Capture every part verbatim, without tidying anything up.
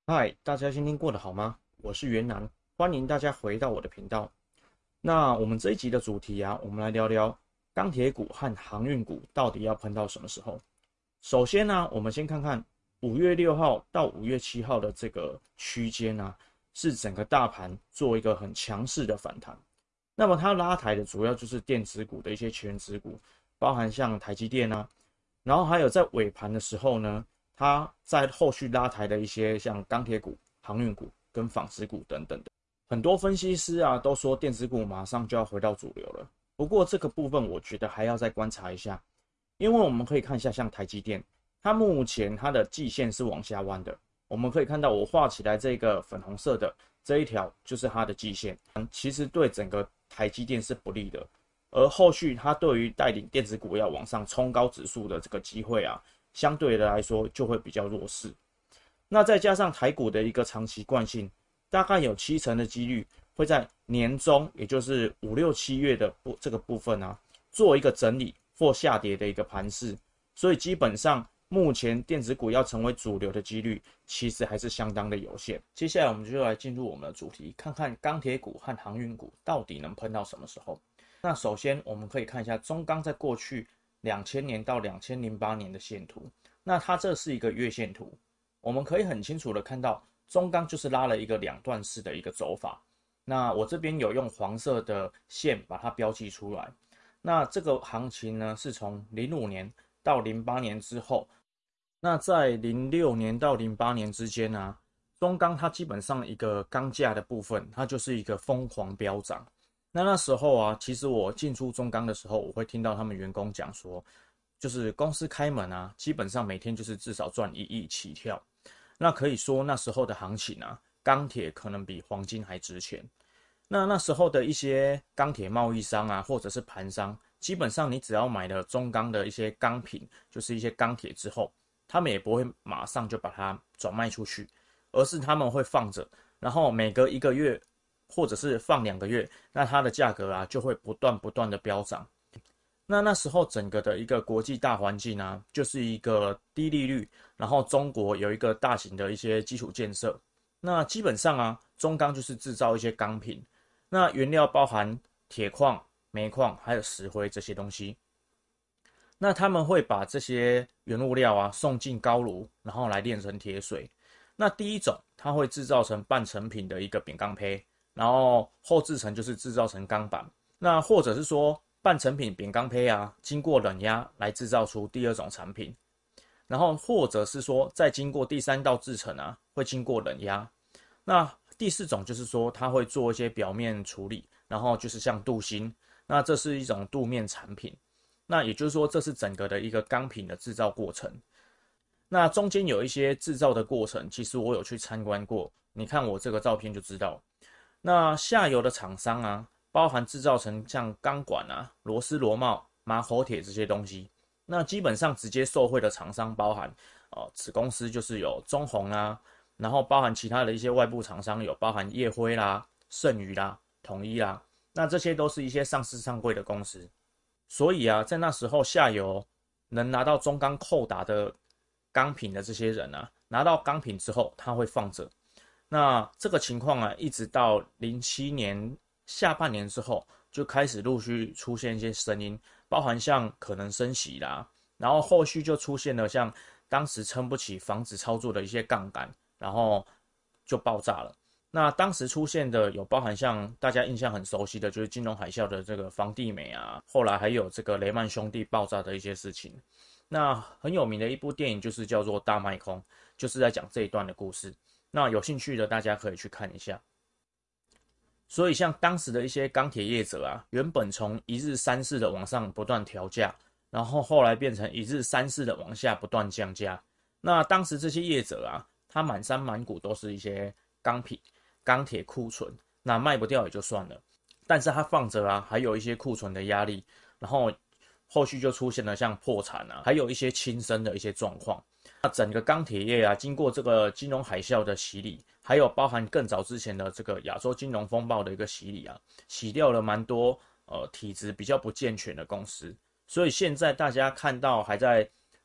嗨，大家今天过得好吗？我是袁南，欢迎大家回到我的频道。那我们这一集的主题啊，我们来聊聊钢铁股和航运股到底要喷到什么时候。首先呢，我们先看看五月六号到五月七号的这个区间啊，是整个大盘做一个很强势的反弹。那么它拉抬的主要就是电子股的一些权值股，包含像台积电啊，然后还有在尾盘的时候呢，它在后续拉抬的一些像钢铁股、航运股跟纺织股等等的，很多分析师啊都说电子股马上就要回到主流了。不过这个部分我觉得还要再观察一下，因为我们可以看一下像台积电，它目前它的季线是往下弯的，我们可以看到我画起来这个粉红色的这一条就是它的季线，其实对整个台积电是不利的。而后续它对于带领电子股要往上冲高指数的这个机会啊，相对的来说就会比较弱势。那再加上台股的一个长期惯性，大概有七成的几率会在年中，也就是五六七月的部这个部分啊，做一个整理或下跌的一个盘势。所以基本上目前电子股要成为主流的几率，其实还是相当的有限。接下来我们就来进入我们的主题，看看钢铁股和航运股到底能喷到什么时候。那首先我们可以看一下中钢在过去两千年到两千零八年的线图，那它这是一个月线图，我们可以很清楚的看到中钢就是拉了一个两段式的一个走法。那我这边有用黄色的线把它标记出来。那这个行情呢是从零五年到零八年之后，那在零六年到零八年之间呢、啊，中钢它基本上一个钢价的部分，它就是一个疯狂飙涨。那那时候啊，其实我进出中钢的时候，我会听到他们员工讲说，就是公司开门啊，基本上每天就是至少赚一亿起跳。那可以说那时候的行情啊，钢铁可能比黄金还值钱。那那时候的一些钢铁贸易商啊，或者是盘商，基本上你只要买了中钢的一些钢品，就是一些钢铁之后，他们也不会马上就把它转卖出去，而是他们会放着，然后每隔一个月或者是放两个月，那它的价格啊就会不断不断的飙涨。那那时候整个的一个国际大环境啊，就是一个低利率，然后中国有一个大型的一些基础建设，那基本上啊，中钢就是制造一些钢品，那原料包含铁矿、煤矿还有石灰这些东西。那他们会把这些原物料啊送进高炉，然后来炼成铁水。那第一种，它会制造成半成品的一个扁钢坯，然后后制成就是制造成钢板。那或者是说半成品扁钢坯啊，经过冷压来制造出第二种产品，然后或者是说再经过第三道制成啊，会经过冷压。那第四种就是说，它会做一些表面处理，然后就是像镀锌，那这是一种镀面产品。那也就是说，这是整个的一个钢品的制造过程。那中间有一些制造的过程，其实我有去参观过，你看我这个照片就知道。那下游的厂商啊，包含制造成像钢管啊、螺丝螺帽、麻火铁这些东西。那基本上直接受惠的厂商包含，哦，子公司就是有中宏啊，然后包含其他的一些外部厂商有包含业辉啦、盛宇啦、统一啦，那这些都是一些上市上柜的公司。所以啊，在那时候下游能拿到中钢扣打的钢品的这些人啊，拿到钢品之后，他会放着。那这个情况啊，一直到零七年下半年之后，就开始陆续出现一些声音，包含像可能升息啦，然后后续就出现了像当时撑不起房子操作的一些杠杆，然后就爆炸了。那当时出现的有包含像大家印象很熟悉的，就是金融海啸的这个房地美啊，后来还有这个雷曼兄弟爆炸的一些事情。那很有名的一部电影就是叫做《大卖空》，就是在讲这一段的故事。那有兴趣的大家可以去看一下。所以像当时的一些钢铁业者啊，原本从一日三市的往上不断调价，然后后来变成一日三市的往下不断降价。那当时这些业者啊，他满山满谷都是一些钢品、钢铁库存，那卖不掉也就算了，但是他放着啊，还有一些库存的压力，然后后续就出现了像破产啊，还有一些轻生的一些状况。那整个钢铁业啊，经过这个金融海啸的洗礼，还有包含更早之前的这个亚洲金融风暴的一个洗礼啊，洗掉了蛮多呃体质比较不健全的公司。所以现在大家看到还在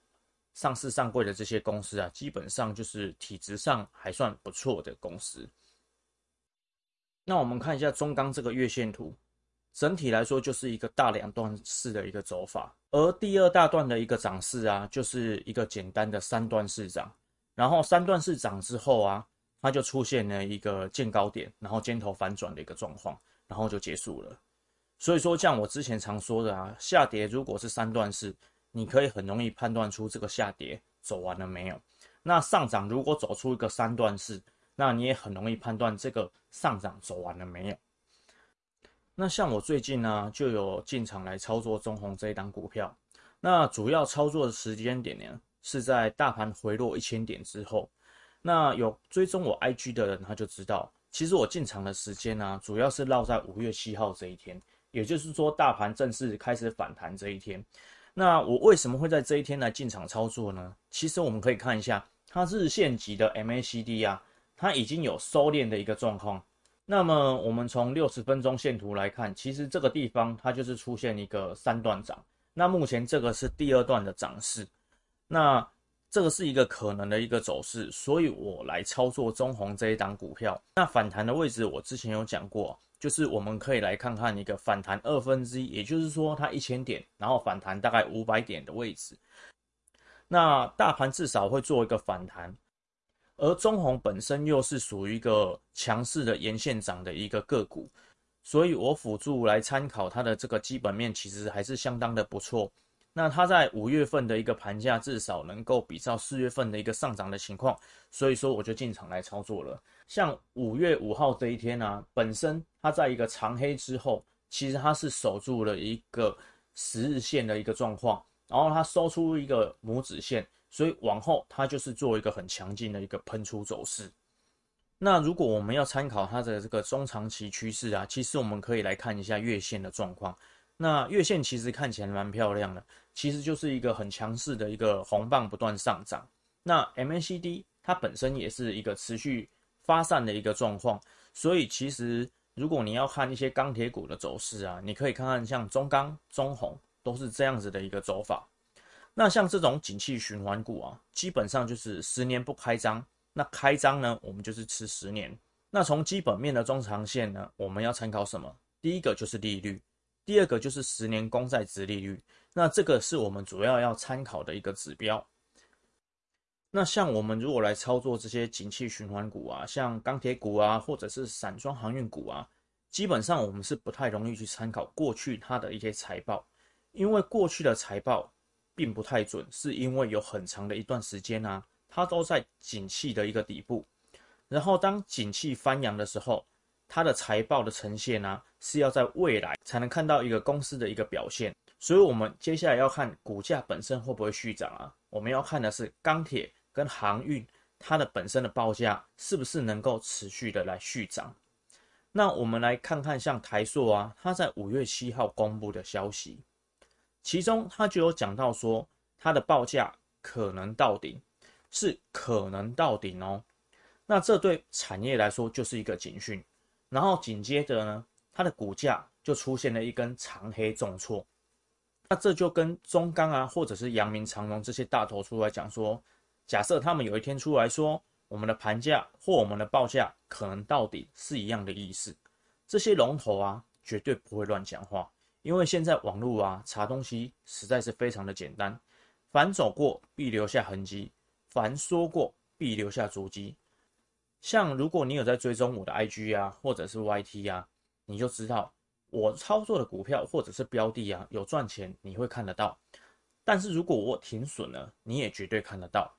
上市上柜的这些公司啊，基本上就是体质上还算不错的公司。那我们看一下中钢这个月线图，整体来说就是一个大两段式的一个走法，而第二大段的一个涨势啊，就是一个简单的三段式涨，然后三段式涨之后啊，它就出现了一个见高点，然后尖头反转的一个状况，然后就结束了。所以说，像我之前常说的啊，下跌如果是三段式，你可以很容易判断出这个下跌走完了没有。那上涨如果走出一个三段式，那你也很容易判断这个上涨走完了没有。那像我最近呢，就有进场来操作中鸿这一档股票。那主要操作的时间点呢，是在大盘回落一千点之后。那有追踪我 I G 的人，他就知道，其实我进场的时间呢，主要是落在五月七号这一天，也就是说大盘正式开始反弹这一天。那我为什么会在这一天来进场操作呢？其实我们可以看一下，它日线级的 M A C D 啊，它已经有收敛的一个状况。那么我们从六十分钟线图来看，其实这个地方它就是出现一个三段涨。那目前这个是第二段的涨势，那这个是一个可能的一个走势，所以我来操作中鸿这一档股票。那反弹的位置我之前有讲过，就是我们可以来看看一个反弹二分之一，也就是说它一千点，然后反弹大概五百点的位置。那大盘至少会做一个反弹。而中鸿本身又是属于一个强势的沿线涨的一个个股，所以我辅助来参考它的这个基本面，其实还是相当的不错。那它在五月份的一个盘价至少能够比照四月份的一个上涨的情况，所以说我就进场来操作了。像五月五号这一天呢、啊，本身它在一个长黑之后，其实它是守住了一个十日线的一个状况，然后它收出一个拇指线。所以往后它就是做一个很强劲的一个喷出走势。那如果我们要参考它的这个中长期趋势啊，其实我们可以来看一下月线的状况。那月线其实看起来蛮漂亮的，其实就是一个很强势的一个红棒不断上涨。那 M A C D 它本身也是一个持续发散的一个状况，所以其实如果你要看一些钢铁股的走势啊，你可以看看像中钢、中鸿都是这样子的一个走法。那像这种景气循环股啊，基本上就是十年不开张，那开张呢，我们就是吃十年。那从基本面的中长线呢，我们要参考什么？第一个就是利率，第二个就是十年公债殖利率。那这个是我们主要要参考的一个指标。那像我们如果来操作这些景气循环股啊，像钢铁股啊，或者是散装航运股啊，基本上我们是不太容易去参考过去它的一些财报，因为过去的财报并不太准，是因为有很长的一段时间啊，它都在景气的一个底部，然后当景气翻扬的时候，它的财报的呈现啊，是要在未来才能看到一个公司的一个表现。所以我们接下来要看股价本身会不会续涨啊，我们要看的是钢铁跟航运它的本身的报价是不是能够持续的来续涨。那我们来看看像台塑啊，它在五月七号公布的消息，其中他就有讲到说，它的报价可能到顶，是可能到顶哦。那这对产业来说就是一个警讯。然后紧接着呢，它的股价就出现了一根长黑重挫。那这就跟中钢啊，或者是阳明长荣这些大头出来讲说，假设他们有一天出来说，我们的盘价或我们的报价可能到顶是一样的意思。这些龙头啊，绝对不会乱讲话。因为现在网络啊查东西实在是非常的简单，凡走过必留下痕迹，凡说过必留下足迹。像如果你有在追踪我的 I G 啊，或者是 Y T 啊，你就知道我操作的股票或者是标的啊有赚钱，你会看得到。但是如果我停损了，你也绝对看得到。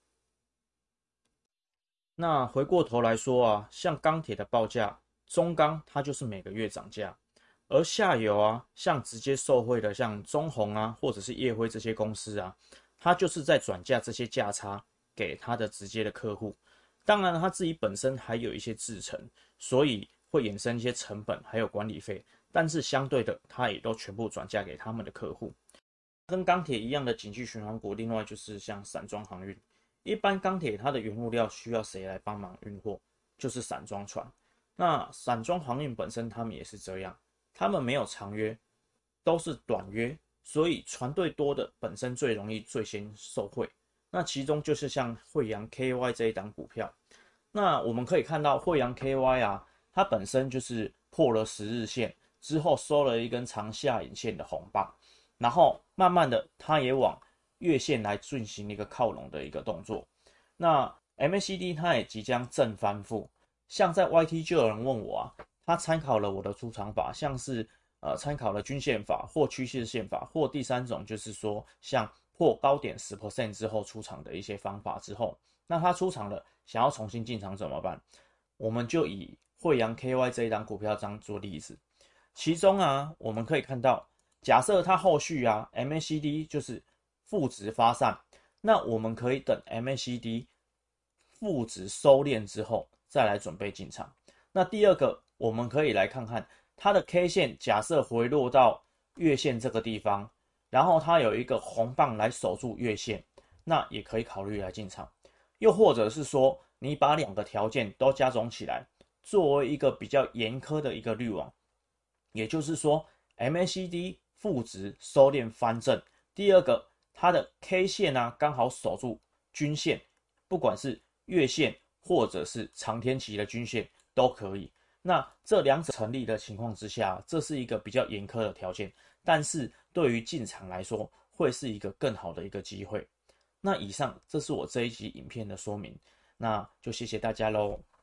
那回过头来说啊，像钢铁的报价，中钢它就是每个月涨价。而下游啊，像直接受惠的，像中鸿啊，或者是业辉这些公司啊，它就是在转嫁这些价差给它的直接的客户。当然，它自己本身还有一些制程，所以会衍生一些成本还有管理费，但是相对的，它也都全部转嫁给他们的客户。跟钢铁一样的景气循环股，另外就是像散装航运。一般钢铁它的原物料需要谁来帮忙运货？就是散装船。那散装航运本身，他们也是这样。他们没有长约，都是短约，所以船队多的本身最容易最先受惠。 那其中就是像慧洋 K Y 这一档股票，那我们可以看到慧洋 K Y 啊，它本身就是破了十日线之后收了一根长下影线的红棒，然后慢慢的它也往月线来进行一个靠拢的一个动作。那 M A C D 它也即将正翻覆，像在 Y T 就有人问我啊，他参考了我的出场法，像是呃参考了均线法或趋势线法，或第三种就是说像破高点 百分之十 之后出场的一些方法之后，那他出场了，想要重新进场怎么办？我们就以慧洋 K Y 这一档股票当做例子，其中啊我们可以看到，假设它后续啊 M A C D 就是负值发散，那我们可以等 M A C D 负值收敛之后再来准备进场。那第二个，我们可以来看看它的 K 线，假设回落到月线这个地方，然后它有一个红棒来守住月线，那也可以考虑来进场。又或者是说，你把两个条件都加总起来，作为一个比较严苛的一个滤网，也就是说 M A C D 负值收敛翻正，第二个它的 K 线啊刚好守住均线，不管是月线或者是长天期的均线都可以。那这两者成立的情况之下，这是一个比较严苛的条件，但是对于进场来说，会是一个更好的一个机会。那以上这是我这一集影片的说明，那就谢谢大家喽。